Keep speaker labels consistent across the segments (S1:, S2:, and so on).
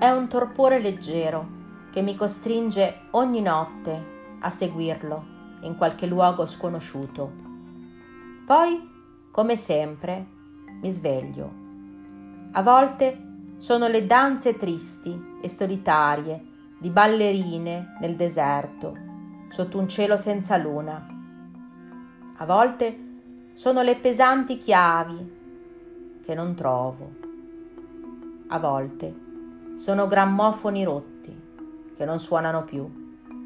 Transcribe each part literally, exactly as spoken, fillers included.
S1: È un torpore leggero che mi costringe ogni notte a seguirlo in qualche luogo sconosciuto. Poi, come sempre, mi sveglio. A volte sono le danze tristi e solitarie di ballerine nel deserto, sotto un cielo senza luna. A volte sono le pesanti chiavi che non trovo. A volte sono grammofoni rotti che non suonano più.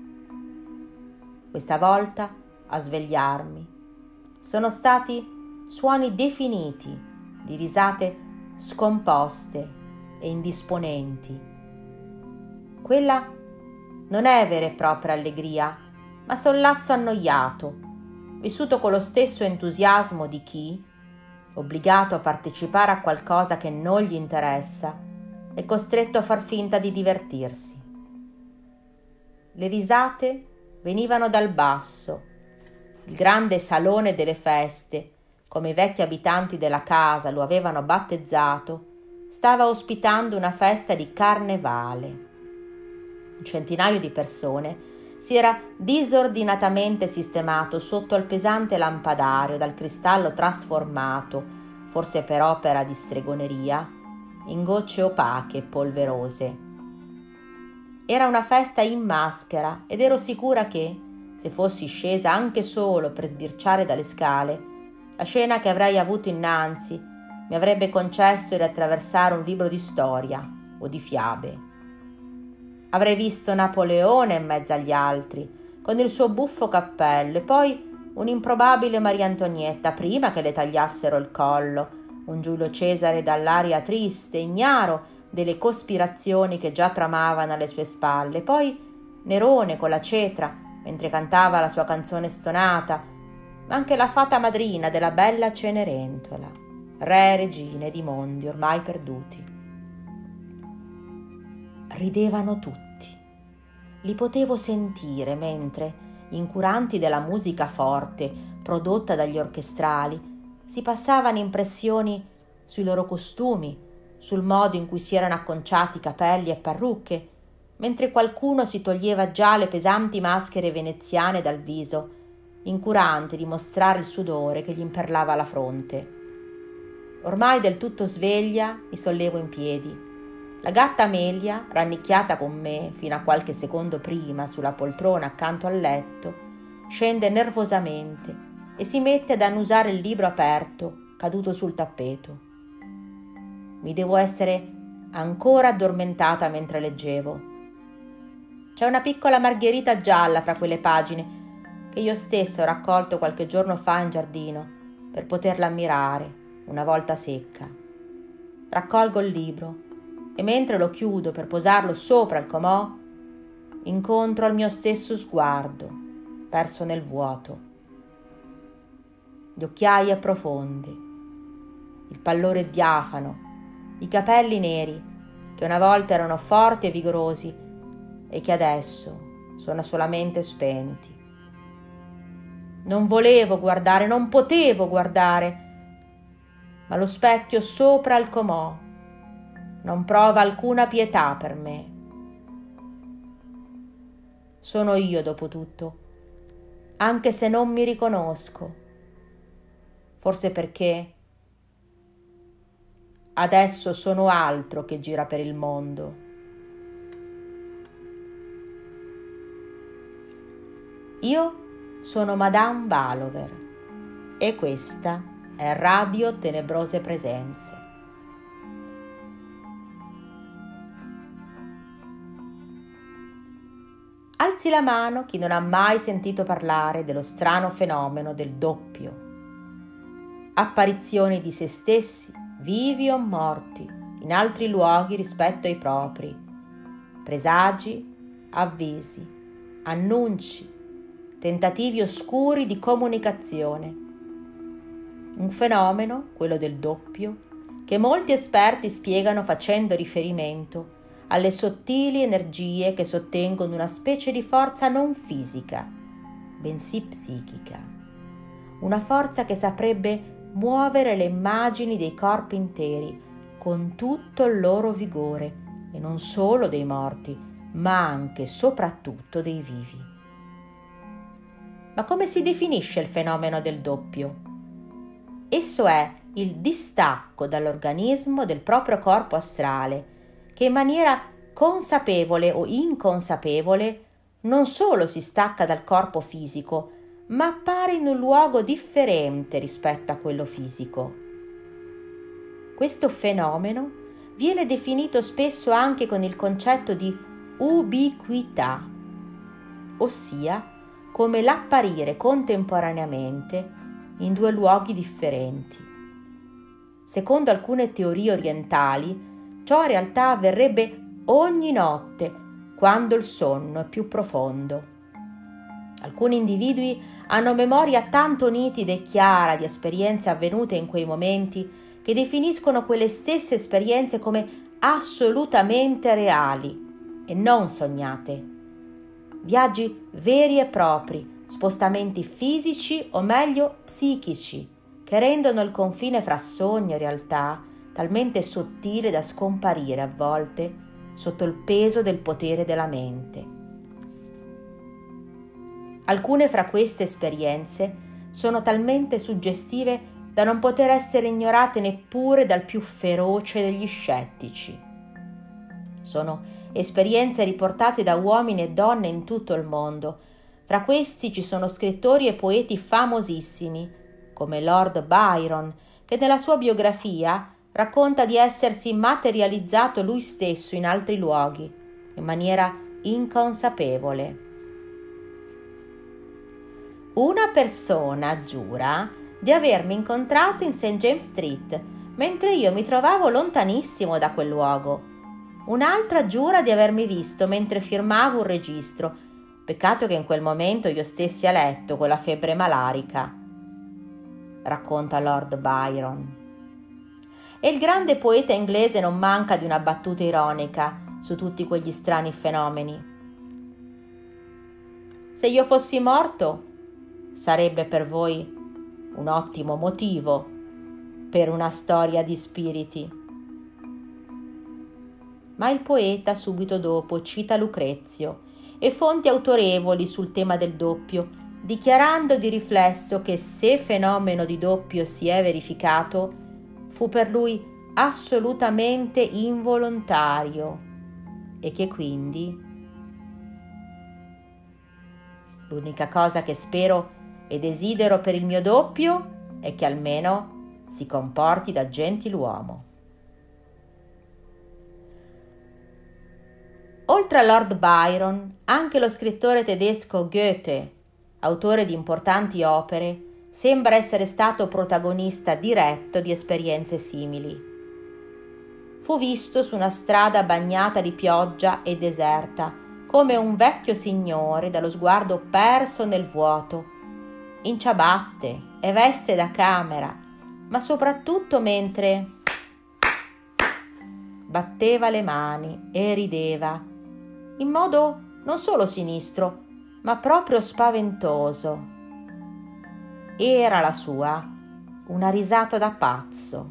S1: Questa volta, a svegliarmi, sono stati suoni definiti di risate scomposte e indisponenti. Quella non è vera e propria allegria, ma sollazzo annoiato, vissuto con lo stesso entusiasmo di chi, obbligato a partecipare a qualcosa che non gli interessa, è costretto a far finta di divertirsi. Le risate venivano dal basso. Il grande salone delle feste, come i vecchi abitanti della casa lo avevano battezzato, stava ospitando una festa di carnevale. Un centinaio di persone si era disordinatamente sistemato sotto al pesante lampadario dal cristallo trasformato, forse per opera di stregoneria, in gocce opache e polverose. Era una festa in maschera ed ero sicura che, se fossi scesa anche solo per sbirciare dalle scale, la scena che avrei avuto innanzi mi avrebbe concesso di attraversare un libro di storia o di fiabe. Avrei visto Napoleone in mezzo agli altri, con il suo buffo cappello, e poi un'improbabile Maria Antonietta, prima che le tagliassero il collo, un Giulio Cesare dall'aria triste, ignaro delle cospirazioni che già tramavano alle sue spalle, poi Nerone con la cetra, mentre cantava la sua canzone stonata, ma anche la fata madrina della bella Cenerentola, re e regine di mondi ormai perduti. Ridevano tutti. Li potevo sentire mentre, incuranti della musica forte prodotta dagli orchestrali, si passavano impressioni sui loro costumi, sul modo in cui si erano acconciati capelli e parrucche, mentre qualcuno si toglieva già le pesanti maschere veneziane dal viso, incurante di mostrare il sudore che gli imperlava la fronte. Ormai del tutto sveglia, mi sollevo in piedi. La gatta Amelia, rannicchiata con me fino a qualche secondo prima sulla poltrona accanto al letto, scende nervosamente e si mette ad annusare il libro aperto caduto sul tappeto. Mi devo essere ancora addormentata mentre leggevo. C'è una piccola margherita gialla fra quelle pagine che io stessa ho raccolto qualche giorno fa in giardino per poterla ammirare una volta secca. Raccolgo il libro e mentre lo chiudo per posarlo sopra il comò, incontro il mio stesso sguardo, perso nel vuoto. Le occhiaie profonde, il pallore diafano, i capelli neri che una volta erano forti e vigorosi e che adesso sono solamente spenti. Non volevo guardare, non potevo guardare, ma lo specchio sopra il comò non prova alcuna pietà per me. Sono io, dopo tutto, anche se non mi riconosco, forse perché adesso sono altro che gira per il mondo. Io sono Madame Valover e questa è Radio Tenebrose Presenze. Alzi la mano chi non ha mai sentito parlare dello strano fenomeno del doppio. Apparizioni di se stessi, vivi o morti, in altri luoghi rispetto ai propri. Presagi, avvisi, annunci, tentativi oscuri di comunicazione. Un fenomeno, quello del doppio, che molti esperti spiegano facendo riferimento alle sottili energie che sottengono una specie di forza non fisica, bensì psichica. Una forza che saprebbe muovere le immagini dei corpi interi con tutto il loro vigore, e non solo dei morti, ma anche e soprattutto dei vivi. Ma come si definisce il fenomeno del doppio? Esso è il distacco dall'organismo del proprio corpo astrale, che in maniera consapevole o inconsapevole non solo si stacca dal corpo fisico, ma appare in un luogo differente rispetto a quello fisico. Questo fenomeno viene definito spesso anche con il concetto di ubiquità, ossia come l'apparire contemporaneamente in due luoghi differenti. Secondo alcune teorie orientali, ciò in realtà avverrebbe ogni notte quando il sonno è più profondo. Alcuni individui hanno memoria tanto nitida e chiara di esperienze avvenute in quei momenti che definiscono quelle stesse esperienze come assolutamente reali e non sognate. Viaggi veri e propri, spostamenti fisici o meglio psichici, che rendono il confine fra sogno e realtà talmente sottile da scomparire a volte sotto il peso del potere della mente. Alcune fra queste esperienze sono talmente suggestive da non poter essere ignorate neppure dal più feroce degli scettici. Sono esperienze riportate da uomini e donne in tutto il mondo. Fra questi ci sono scrittori e poeti famosissimi, come Lord Byron, che nella sua biografia racconta di essersi materializzato lui stesso in altri luoghi, in maniera inconsapevole. Una persona giura di avermi incontrato in Saint James Street, mentre io mi trovavo lontanissimo da quel luogo. Un'altra giura di avermi visto mentre firmavo un registro. Peccato che in quel momento io stessi a letto con la febbre malarica, racconta Lord Byron. E il grande poeta inglese non manca di una battuta ironica su tutti quegli strani fenomeni. Se io fossi morto, sarebbe per voi un ottimo motivo per una storia di spiriti. Ma il poeta subito dopo cita Lucrezio e fonti autorevoli sul tema del doppio, dichiarando di riflesso che se fenomeno di doppio si è verificato, fu per lui assolutamente involontario e che quindi l'unica cosa che spero e desidero per il mio doppio è che almeno si comporti da gentiluomo. Oltre a Lord Byron, anche lo scrittore tedesco Goethe, autore di importanti opere, sembra essere stato protagonista diretto di esperienze simili. Fu visto su una strada bagnata di pioggia e deserta, come un vecchio signore dallo sguardo perso nel vuoto, in ciabatte e veste da camera, ma soprattutto mentre batteva le mani e rideva, in modo non solo sinistro, ma proprio spaventoso. Era la sua una risata da pazzo.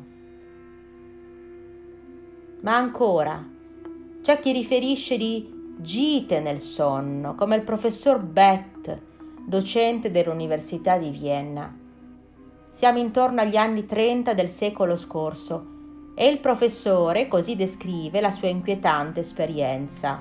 S1: Ma ancora, c'è chi riferisce di gite nel sonno, come il professor Beth, docente dell'Università di Vienna. Siamo intorno agli anni trenta del secolo scorso e il professore così descrive la sua inquietante esperienza.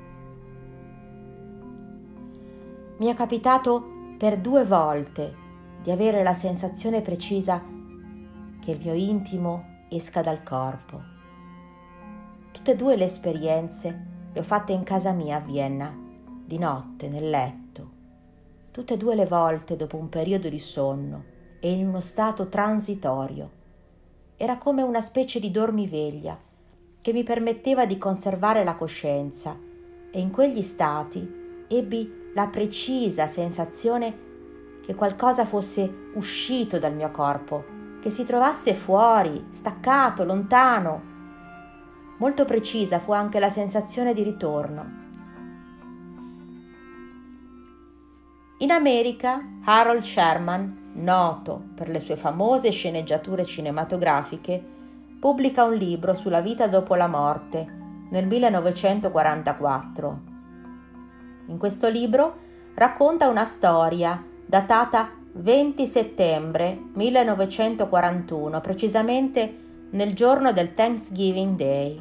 S1: Mi è capitato per due volte di avere la sensazione precisa che il mio intimo esca dal corpo. Tutte e due le esperienze le ho fatte in casa mia a Vienna, di notte, nel letto. Tutte e due le volte dopo un periodo di sonno e in uno stato transitorio. Era come una specie di dormiveglia che mi permetteva di conservare la coscienza e in quegli stati ebbi la precisa sensazione che qualcosa fosse uscito dal mio corpo, che si trovasse fuori, staccato, lontano. Molto precisa fu anche la sensazione di ritorno. In America, Harold Sherman, noto per le sue famose sceneggiature cinematografiche, pubblica un libro sulla vita dopo la morte, nel millenovecentoquarantaquattro. In questo libro racconta una storia datata venti settembre millenovecentoquarantuno, precisamente nel giorno del Thanksgiving Day.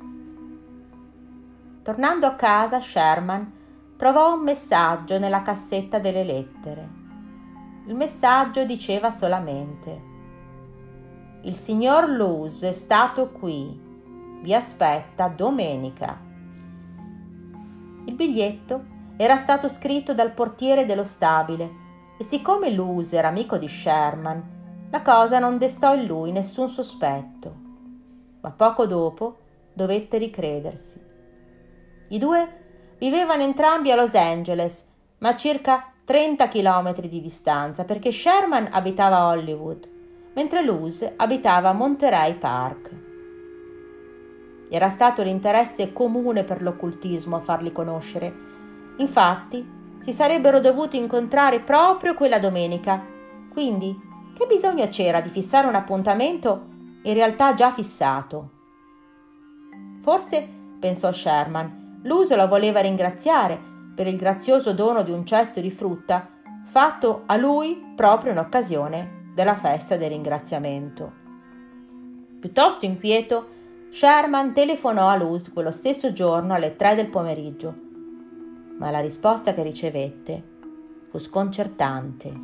S1: Tornando a casa, Sherman trovò un messaggio nella cassetta delle lettere. Il messaggio diceva solamente: «Il signor Luz è stato qui, vi aspetta domenica». Il biglietto era stato scritto dal portiere dello stabile e siccome Luz era amico di Sherman, la cosa non destò in lui nessun sospetto, ma poco dopo dovette ricredersi. I due vivevano entrambi a Los Angeles, ma a circa trenta chilometri di distanza, perché Sherman abitava a Hollywood, mentre Luz abitava a Monterey Park. Era stato l'interesse comune per l'occultismo a farli conoscere. Infatti, si sarebbero dovuti incontrare proprio quella domenica, quindi che bisogno c'era di fissare un appuntamento in realtà già fissato? Forse, pensò Sherman, Luz lo voleva ringraziare per il grazioso dono di un cesto di frutta fatto a lui proprio in occasione della festa del ringraziamento. Piuttosto inquieto, Sherman telefonò a Luz quello stesso giorno alle tre del pomeriggio, ma la risposta che ricevette fu sconcertante.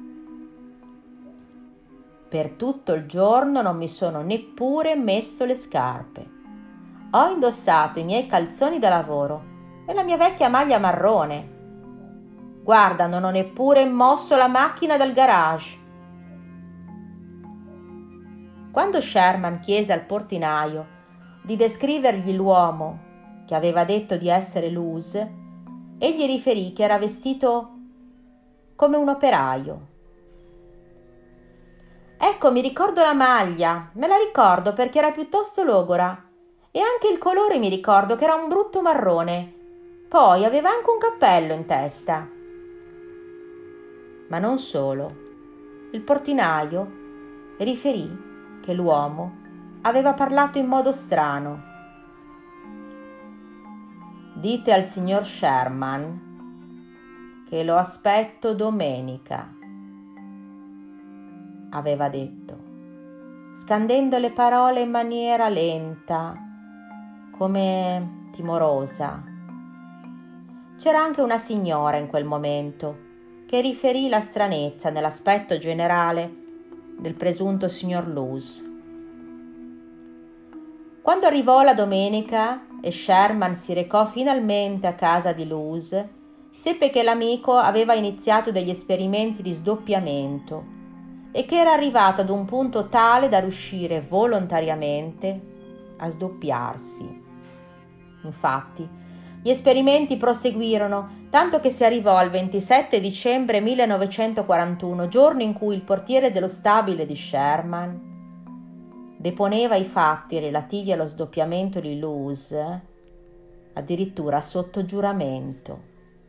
S1: Per tutto il giorno non mi sono neppure messo le scarpe. Ho indossato i miei calzoni da lavoro e la mia vecchia maglia marrone. Guarda, non ho neppure mosso la macchina dal garage. Quando Sherman chiese al portinaio di descrivergli l'uomo che aveva detto di essere Luz, egli riferì che era vestito come un operaio. «Ecco, mi ricordo la maglia, me la ricordo perché era piuttosto logora, e anche il colore mi ricordo che era un brutto marrone. Poi aveva anche un cappello in testa». Ma non solo. Il portinaio riferì che l'uomo aveva parlato in modo strano. «Dite al signor Sherman che lo aspetto domenica», aveva detto, scandendo le parole in maniera lenta, come timorosa. C'era anche una signora in quel momento che riferì la stranezza nell'aspetto generale del presunto signor Luz. Quando arrivò la domenica e Sherman si recò finalmente a casa di Luz, seppe che l'amico aveva iniziato degli esperimenti di sdoppiamento e che era arrivato ad un punto tale da riuscire volontariamente a sdoppiarsi. Infatti, gli esperimenti proseguirono, tanto che si arrivò al ventisette dicembre millenovecentoquarantuno, giorno in cui il portiere dello stabile di Sherman deponeva i fatti relativi allo sdoppiamento di Luz, addirittura sotto giuramento.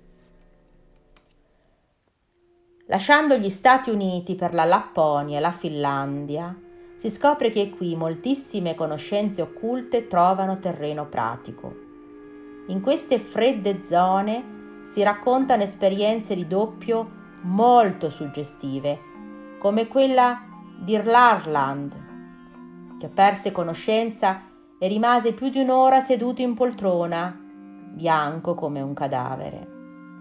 S1: Lasciando gli Stati Uniti per la Lapponia e la Finlandia, si scopre che qui moltissime conoscenze occulte trovano terreno pratico. In queste fredde zone si raccontano esperienze di doppio molto suggestive, come quella di Larland, che perse conoscenza e rimase più di un'ora seduto in poltrona, bianco come un cadavere.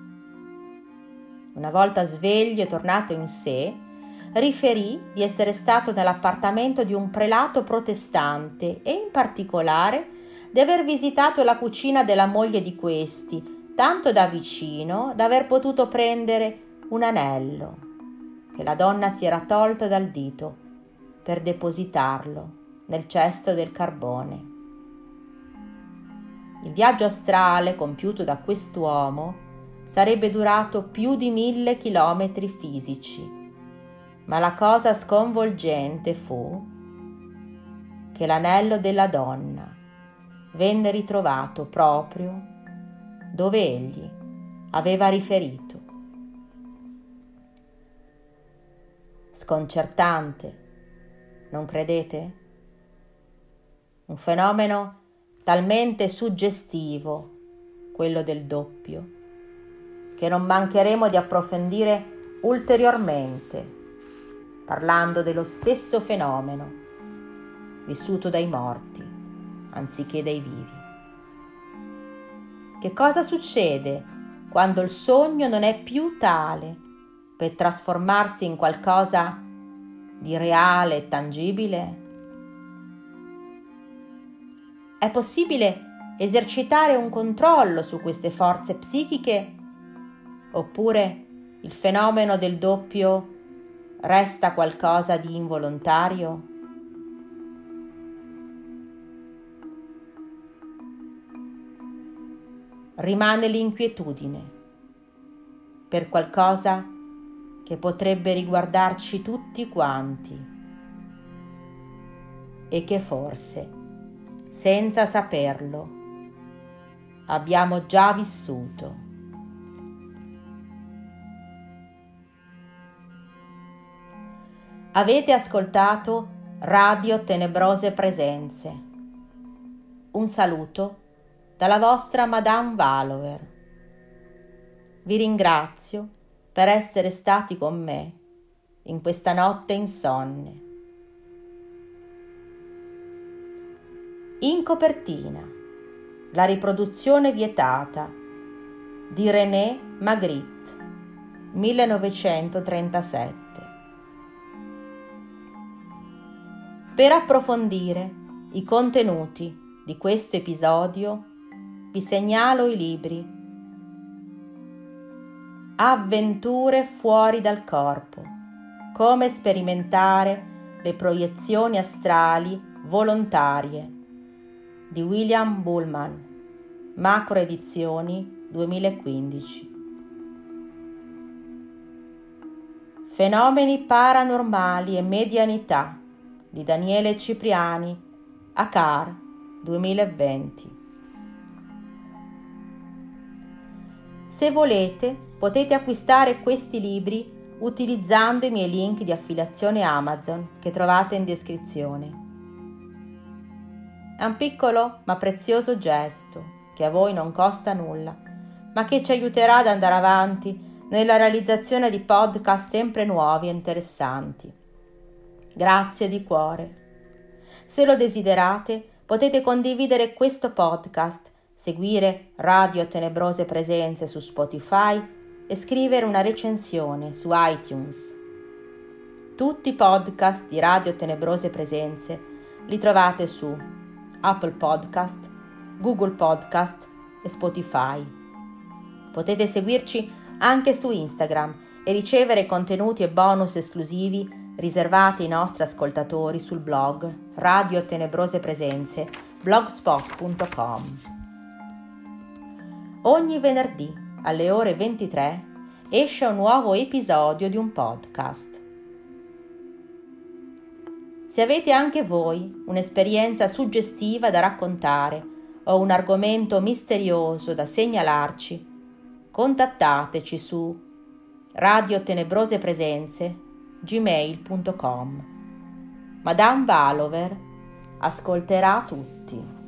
S1: Una volta sveglio e tornato in sé, riferì di essere stato nell'appartamento di un prelato protestante e in particolare di aver visitato la cucina della moglie di questi, tanto da vicino da aver potuto prendere un anello che la donna si era tolta dal dito per depositarlo nel cesto del carbone. Il viaggio astrale compiuto da quest'uomo sarebbe durato più di mille chilometri fisici, ma la cosa sconvolgente fu che l'anello della donna venne ritrovato proprio dove egli aveva riferito. Sconcertante, non credete? Un fenomeno talmente suggestivo, quello del doppio, che non mancheremo di approfondire ulteriormente, parlando dello stesso fenomeno, vissuto dai morti, anziché dai vivi. Che cosa succede quando il sogno non è più tale per trasformarsi in qualcosa di reale e tangibile? È possibile esercitare un controllo su queste forze psichiche, oppure il fenomeno del doppio resta qualcosa di involontario? Rimane l'inquietudine per qualcosa che potrebbe riguardarci tutti quanti e che forse, senza saperlo, abbiamo già vissuto. Avete ascoltato Radio Tenebrose Presenze. Un saluto dalla vostra Madame Valover. Vi ringrazio per essere stati con me in questa notte insonne. In copertina, la riproduzione vietata di René Magritte, millenovecentotrentasette. Per approfondire i contenuti di questo episodio, vi segnalo i libri Avventure fuori dal corpo, come sperimentare le proiezioni astrali volontarie di William Buhlman, Macro Edizioni duemilaquindici. Fenomeni paranormali e medianità di Daniele Cipriani, A C A R duemilaventi. Se volete, potete acquistare questi libri utilizzando i miei link di affiliazione Amazon che trovate in descrizione. È un piccolo ma prezioso gesto che a voi non costa nulla, ma che ci aiuterà ad andare avanti nella realizzazione di podcast sempre nuovi e interessanti. Grazie di cuore. Se lo desiderate, potete condividere questo podcast, seguire Radio Tenebrose Presenze su Spotify e scrivere una recensione su iTunes. Tutti i podcast di Radio Tenebrose Presenze li trovate su Apple Podcast, Google Podcast e Spotify. Potete seguirci anche su Instagram e ricevere contenuti e bonus esclusivi riservati ai nostri ascoltatori sul blog Radio Tenebrose Presenze blogspot punto com. Ogni venerdì alle ore ventitré esce un nuovo episodio di un podcast. Se avete anche voi un'esperienza suggestiva da raccontare o un argomento misterioso da segnalarci, contattateci su radiotenebrosepresenze gmail punto com. Madame Valover ascolterà tutti.